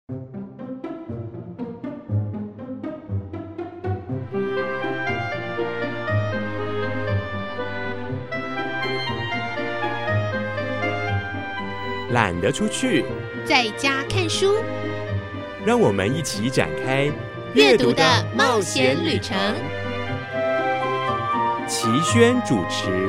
懒得出去， 在家看书， 让我们一起展开阅读的冒险旅程。 齐轩主持。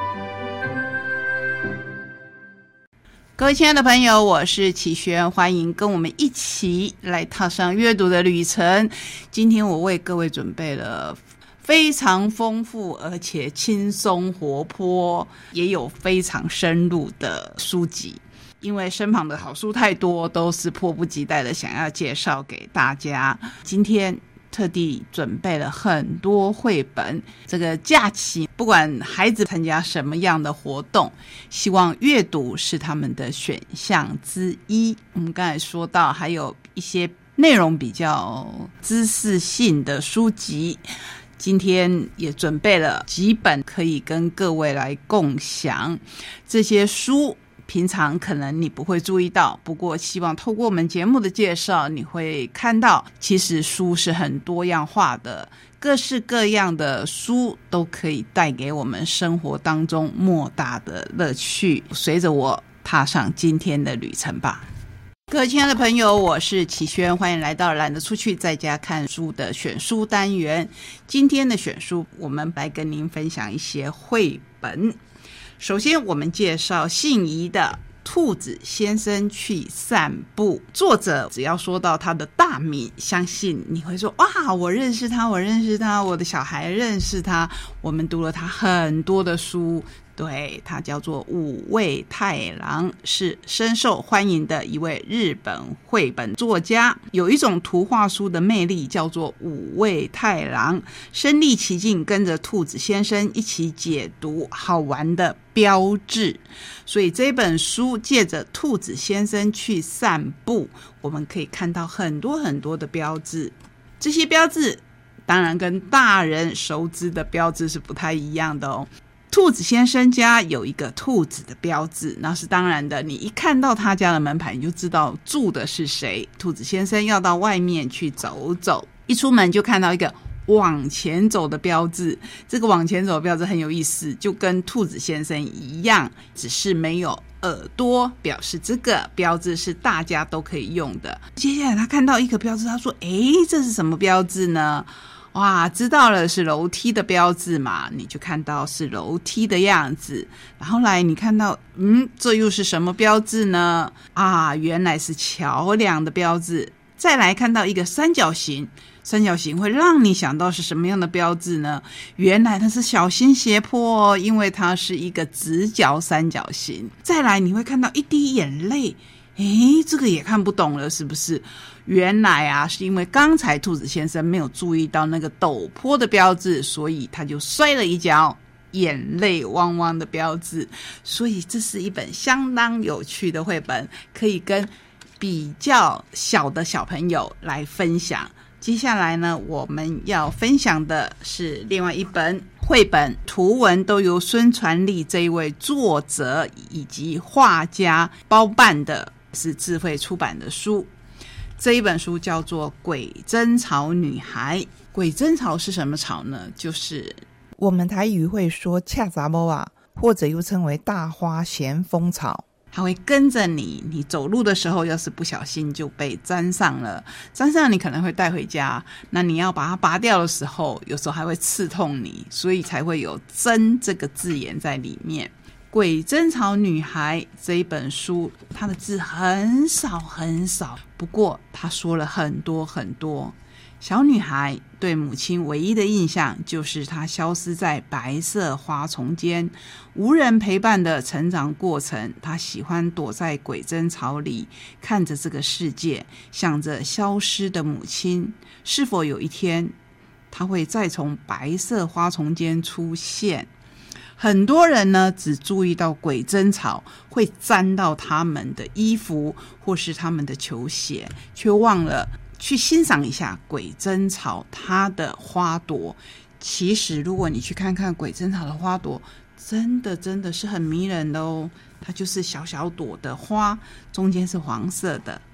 各位亲爱的朋友，我是齐轩，欢迎跟我们一起来踏上阅读的旅程。今天我为各位准备了非常丰富而且轻松活泼，也有非常深入的书籍。因为身旁的好书太多，都是迫不及待的想要介绍给大家。今天特地准备了很多绘本，这个假期不管孩子参加什么样的活动，希望阅读是他们的选项之一。我们刚才说到还有一些内容比较知识性的书籍，今天也准备了几本可以跟各位来共享。这些书平常可能你不会注意到，不过希望透过我们节目的介绍，你会看到其实书是很多样化的，各式各样的书都可以带给我们生活当中莫大的乐趣。随着我踏上今天的旅程吧。各位亲爱的朋友，我是齐轩，欢迎来到懒得出去在家看书的选书单元。今天的选书，我们来跟您分享一些绘本。首先我们介绍信宜的兔子先生去散步。作者只要说到他的大名，相信你会说哇，我认识他，我认识他，我的小孩认识他，我们读了他很多的书。对，他叫做五味太郎，是深受欢迎的一位日本绘本作家。有一种图画书的魅力叫做五味太郎，身临其境跟着兔子先生一起解读好玩的标志。所以这本书借着兔子先生去散步，我们可以看到很多很多的标志。这些标志当然跟大人熟知的标志是不太一样的哦。兔子先生家有一个兔子的标志，那是当然的，你一看到他家的门牌你就知道住的是谁。兔子先生要到外面去走走，一出门就看到一个往前走的标志。这个往前走的标志很有意思，就跟兔子先生一样，只是没有耳朵，表示这个标志是大家都可以用的。接下来他看到一个标志，他说这是什么标志呢？哇，知道了，是楼梯的标志嘛，你就看到是楼梯的样子。然后来你看到这又是什么标志呢？原来是桥梁的标志。再来看到一个三角形，三角形会让你想到是什么样的标志呢？原来它是小心斜坡哦，因为它是一个直角三角形。再来你会看到一滴眼泪，这个也看不懂了，是不是？原来是因为刚才兔子先生没有注意到那个陡坡的标志，所以他就摔了一跤，眼泪汪汪的标志。所以这是一本相当有趣的绘本，可以跟比较小的小朋友来分享。接下来呢，我们要分享的是另外一本绘本，图文都由孙传利这一位作者以及画家包办的，是智慧出版的书。这一本书叫做《鬼针草女孩》。鬼针草是什么草呢？就是我们台语会说恰杂某啊，或者又称为大花咸丰草。 它会跟着你，你走路的时候要是不小心就被沾上了，沾上你可能会带回家，那你要把它拔掉的时候，有时候还会刺痛你，所以才会有针这个字眼在里面。鬼针草女孩这一本书，它的字很少很少，不过她说了很多很多。小女孩对母亲唯一的印象就是她消失在白色花丛间，无人陪伴的成长过程。她喜欢躲在鬼针草里，看着这个世界，想着消失的母亲，是否有一天她会再从白色花丛间出现。很多人呢只注意到鬼针草会沾到他们的衣服或是他们的球鞋，却忘了去欣赏一下鬼针草它的花朵。其实如果你去看看鬼针草的花朵，真的是很迷人的哦。它就是小小朵的花，中间是黄色的，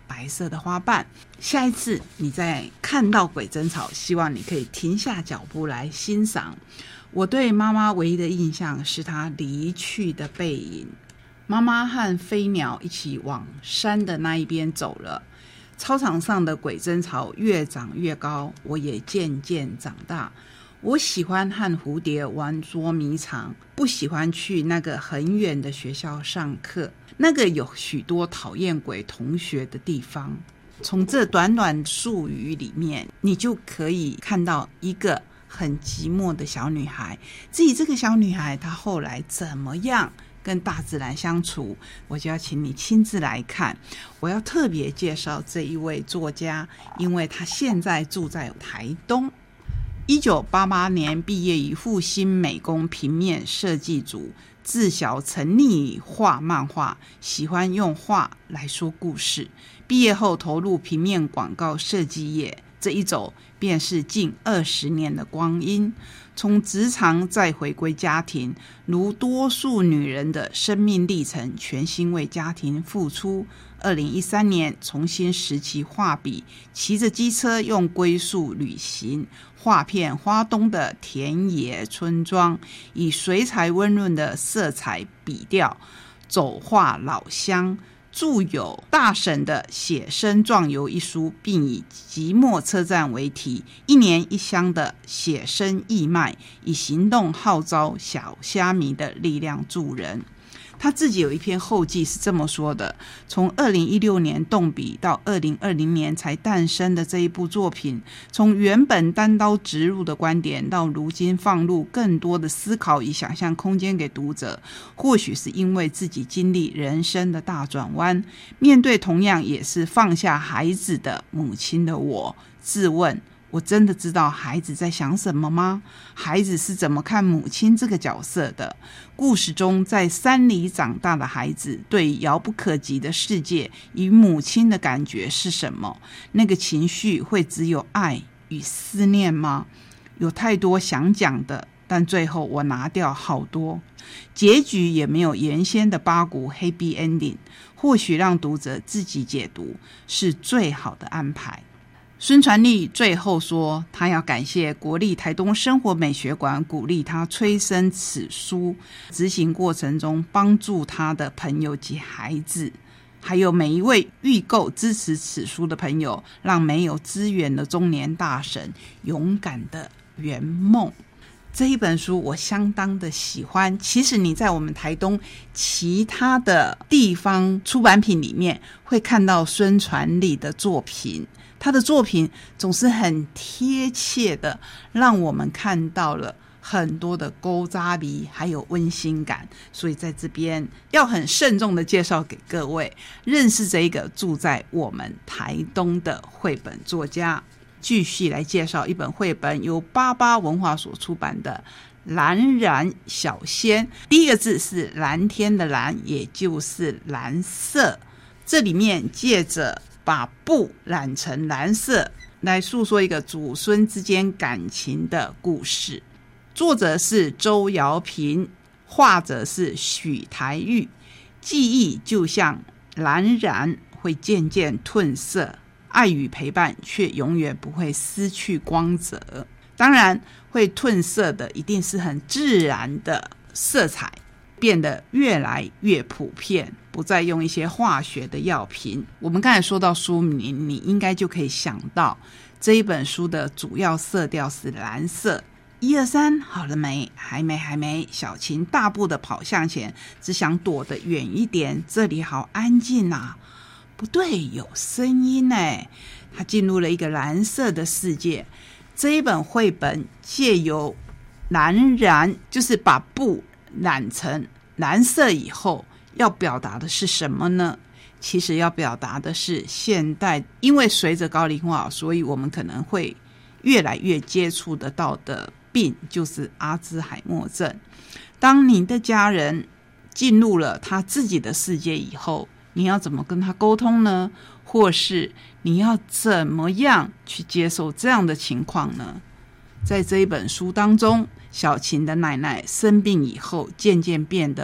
白色的花瓣。下一次你再看到鬼针草，希望你可以停下脚步来欣赏。我对妈妈唯一的印象是她离去的背影。妈妈和飞鸟一起往山的那一边走了。操场上的鬼针草越长越高，我也渐渐长大。我喜欢和蝴蝶玩捉迷藏，不喜欢去那个很远的学校上课，那个有许多讨厌鬼同学的地方。从这短短数语里面，你就可以看到一个很寂寞的小女孩。至于这个小女孩她后来怎么样跟大自然相处，我就要请你亲自来看。我要特别介绍这一位作家，因为他现在住在台东。1988年毕业于复兴美工平面设计组，自小沉溺于画漫画，喜欢用画来说故事。毕业后投入平面广告设计业，这一走便是近20年的光阴。从职场再回归家庭，如多数女人的生命历程，全心为家庭付出。2013年重新拾起画笔，骑着机车用龟速旅行，画遍花东的田野村庄，以水彩温润的色彩笔调走画老乡。著有《大婶的写生壮游》一书，并以寂寞车站为题，1年1箱的写生义卖，以行动号召小虾米的力量助人。他自己有一篇后记是这么说的：从2016年动笔到2020年才诞生的这一部作品，从原本单刀直入的观点，到如今放入更多的思考与想象空间给读者。或许是因为自己经历人生的大转弯，面对同样也是放下孩子的母亲的我，自问，我真的知道孩子在想什么吗？孩子是怎么看母亲这个角色的？故事中在山里长大的孩子，对遥不可及的世界与母亲的感觉是什么？那个情绪会只有爱与思念吗？有太多想讲的，但最后我拿掉好多，结局也没有原先的八股 happy ending， 或许让读者自己解读是最好的安排。孙传力最后说，他要感谢国立台东生活美学馆鼓励他催生此书，执行过程中帮助他的朋友及孩子，还有每一位预购支持此书的朋友，让没有资源的中年大神勇敢的圆梦。这一本书我相当的喜欢，其实你在我们台东其他的地方出版品里面会看到孙传力的作品，他的作品总是很贴切的让我们看到了很多的勾扎鼻还有温馨感，所以在这边要很慎重的介绍给各位认识这一个住在我们台东的绘本作家。继续来介绍一本绘本，由88文化所出版的蓝染小仙。第一个字是蓝天的蓝，也就是蓝色。这里面借着把布染成蓝色，来诉说一个祖孙之间感情的故事。作者是周瑶平，画者是许台玉。记忆就像蓝染，会渐渐褪色，爱与陪伴却永远不会失去光泽。当然会褪色的一定是很自然的色彩，变得越来越普遍，不再用一些化学的药品。我们刚才说到书名，你应该就可以想到这一本书的主要色调是蓝色。1、2、3，好了没？还没。小琴大步的跑向前，只想躲得远一点，这里好安静啊。不对，有声音耶。他进入了一个蓝色的世界。这一本绘本借由蓝染，就是把布染成蓝色以后，要表达的是什么呢？其实要表达的是现代，因为随着高龄化，所以我们可能会越来越接触得到的病，就是阿兹海默症。当你的家人进入了他自己的世界以后，你要怎么跟他沟通呢？或是你要怎么样去接受这样的情况呢？在这一本书当中，小琴的奶奶生病以后，渐渐变得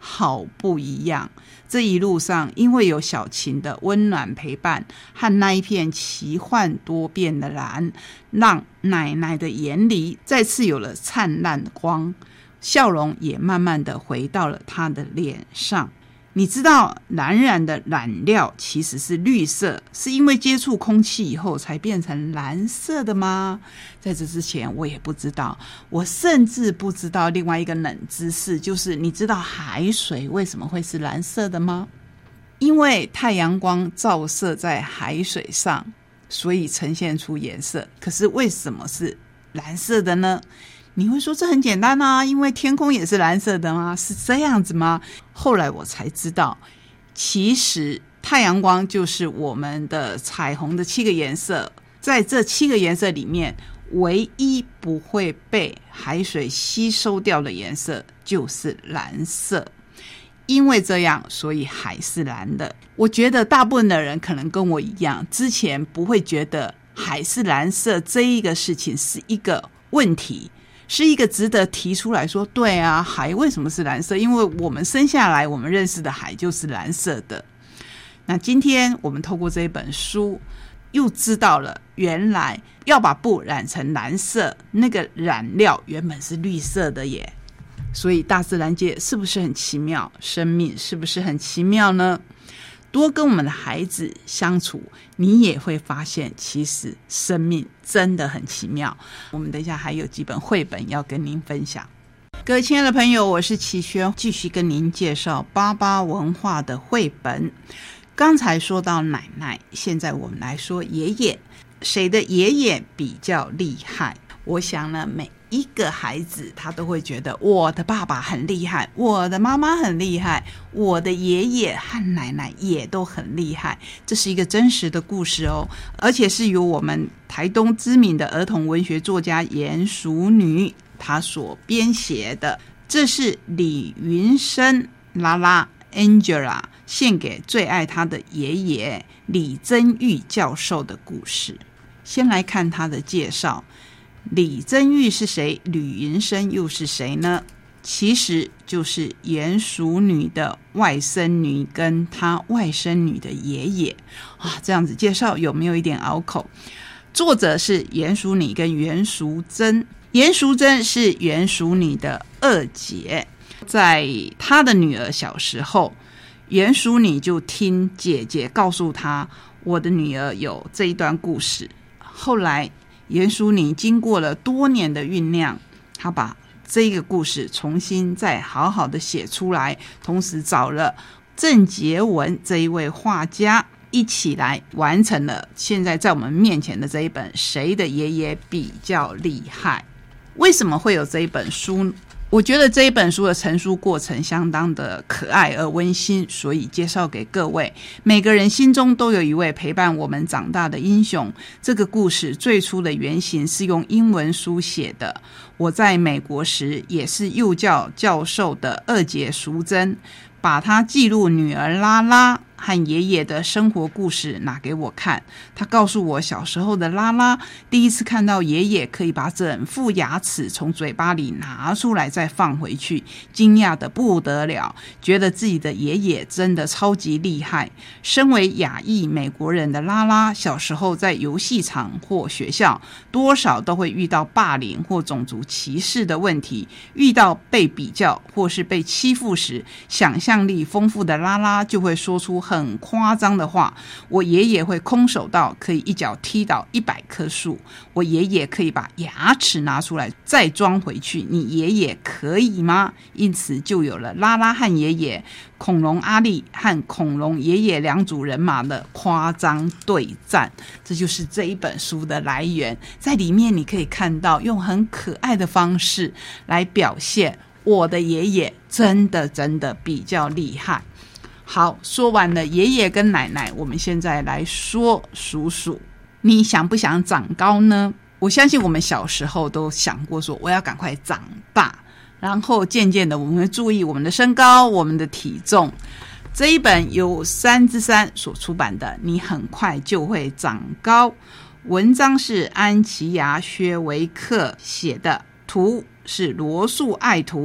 好不一样。这一路上，因为有小琴的温暖陪伴和那一片奇幻多变的蓝，让奶奶的眼里再次有了灿烂的光，笑容也慢慢的回到了她的脸上。你知道蓝染的染料其实是绿色，是因为接触空气以后才变成蓝色的吗？在这之前我也不知道，我甚至不知道另外一个冷知识，就是你知道海水为什么会是蓝色的吗？因为太阳光照射在海水上，所以呈现出颜色。可是为什么是蓝色的呢？你会说这很简单啊，因为天空也是蓝色的吗？是这样子吗？后来我才知道，其实太阳光就是我们的彩虹的7个颜色，在这7个颜色里面，唯一不会被海水吸收掉的颜色就是蓝色。因为这样，所以海是蓝的。我觉得大部分的人可能跟我一样，之前不会觉得海是蓝色这一个事情是一个问题，是一个值得提出来说，对啊，海为什么是蓝色？因为我们生下来我们认识的海就是蓝色的。那今天我们透过这一本书又知道了，原来要把布染成蓝色，那个染料原本是绿色的耶。所以大自然界是不是很奇妙？生命是不是很奇妙呢？多跟我们的孩子相处，你也会发现其实生命真的很奇妙。我们等一下还有几本绘本要跟您分享。各位亲爱的朋友，我是齐轩，继续跟您介绍巴巴文化的绘本。刚才说到奶奶，现在我们来说爷爷。谁的爷爷比较厉害？我想呢，每一个孩子他都会觉得我的爸爸很厉害，我的妈妈很厉害，我的爷爷和奶奶也都很厉害。这是一个真实的故事哦，而且是由我们台东知名的儿童文学作家严淑女她所编写的。这是李云生拉拉 Angela 献给最爱她的爷爷李增玉教授的故事。先来看她的介绍。李增玉是谁？吕云生又是谁呢？其实就是严淑女的外甥女跟她外甥女的爷爷啊。这样子介绍有没有一点拗口？作者是严淑女跟袁淑珍。严淑珍是袁淑女的二姐，在她的女儿小时候，严淑女就听姐姐告诉她，我的女儿有这一段故事。后来严淑女经过了多年的酝酿，她把这个故事重新再好好的写出来，同时找了郑杰文这一位画家一起来完成了现在在我们面前的这一本《谁的爷爷比较厉害》。为什么会有这一本书？我觉得这一本书的成书过程相当的可爱而温馨，所以介绍给各位。每个人心中都有一位陪伴我们长大的英雄。这个故事最初的原型是用英文书写的。我在美国时也是幼教教授的二姐淑珍，把她记录女儿拉拉和爷爷的生活故事拿给我看。他告诉我，小时候的拉拉第一次看到爷爷可以把整副牙齿从嘴巴里拿出来再放回去，惊讶得不得了，觉得自己的爷爷真的超级厉害。身为亚裔美国人的拉拉，小时候在游戏场或学校多少都会遇到霸凌或种族歧视的问题。遇到被比较或是被欺负时，想象力丰富的拉拉就会说出很夸张的话。我爷爷会空手道可以一脚踢倒100棵树，我爷爷可以把牙齿拿出来再装回去，你爷爷可以吗？因此就有了拉拉和爷爷、恐龙阿力和恐龙爷爷两组人马的夸张对战。这就是这一本书的来源，在里面你可以看到用很可爱的方式来表现我的爷爷真的比较厉害。好，说完了爷爷跟奶奶，我们现在来说叔叔。你想不想长高呢？我相信我们小时候都想过说我要赶快长大，然后渐渐的我们会注意我们的身高，我们的体重。这一本由3之3所出版的《你很快就会长高》，文章是安琪亚·薛维克写的，图是罗素·爱图，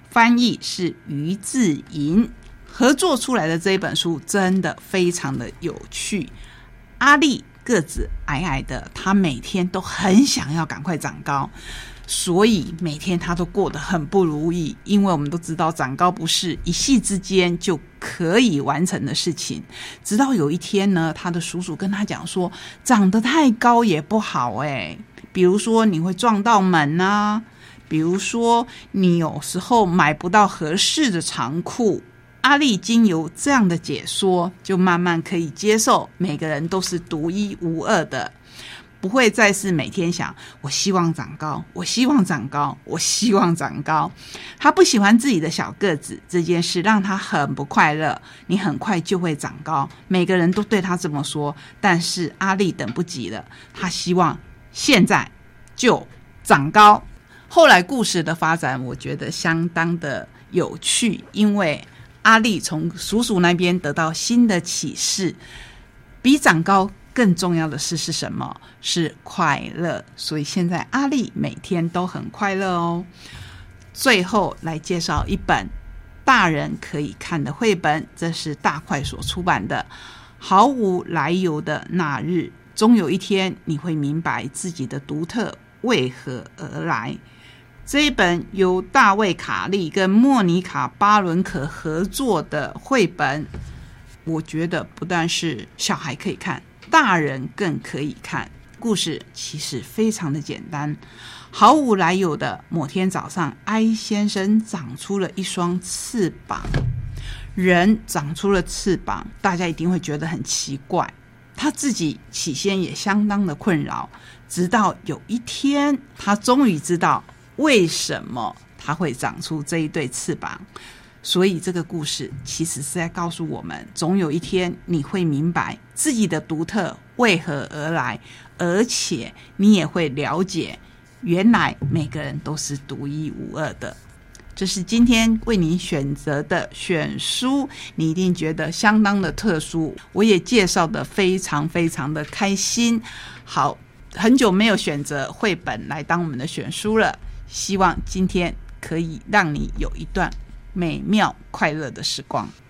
翻译是于志莹，合作出来的这一本书真的非常的有趣。阿丽个子矮矮的，她每天都很想要赶快长高，所以每天她都过得很不如意，因为我们都知道长高不是一夕之间就可以完成的事情。直到有一天呢，她的叔叔跟她讲说，长得太高也不好比如说你会撞到门啊，比如说你有时候买不到合适的长裤。阿丽经由这样的解说，就慢慢可以接受每个人都是独一无二的，不会再是每天想我希望长高，我希望长高，我希望长高。他不喜欢自己的小个子，这件事让他很不快乐。你很快就会长高，每个人都对他这么说，但是阿丽等不及了，他希望现在就长高。后来故事的发展我觉得相当的有趣，因为阿丽从叔叔那边得到新的启示，比长高更重要的事是什么？是快乐。所以现在阿丽每天都很快乐哦。最后来介绍一本大人可以看的绘本，这是大块所出版的《毫无来由的那日》，终有一天你会明白自己的独特为何而来。这一本由大卫·卡利跟莫妮卡·巴伦可合作的绘本，我觉得不但是小孩可以看，大人更可以看。故事其实非常的简单，毫无来由的某天早上，埃先生长出了一双翅膀。人长出了翅膀，大家一定会觉得很奇怪，他自己起先也相当的困扰，直到有一天他终于知道为什么它会长出这一对翅膀。所以这个故事其实是在告诉我们，总有一天你会明白自己的独特为何而来，而且你也会了解原来每个人都是独一无二的。这是今天为你选择的选书，你一定觉得相当的特殊，我也介绍的非常非常的开心。好，很久没有选择绘本来当我们的选书了，希望今天可以让你有一段美妙快乐的时光。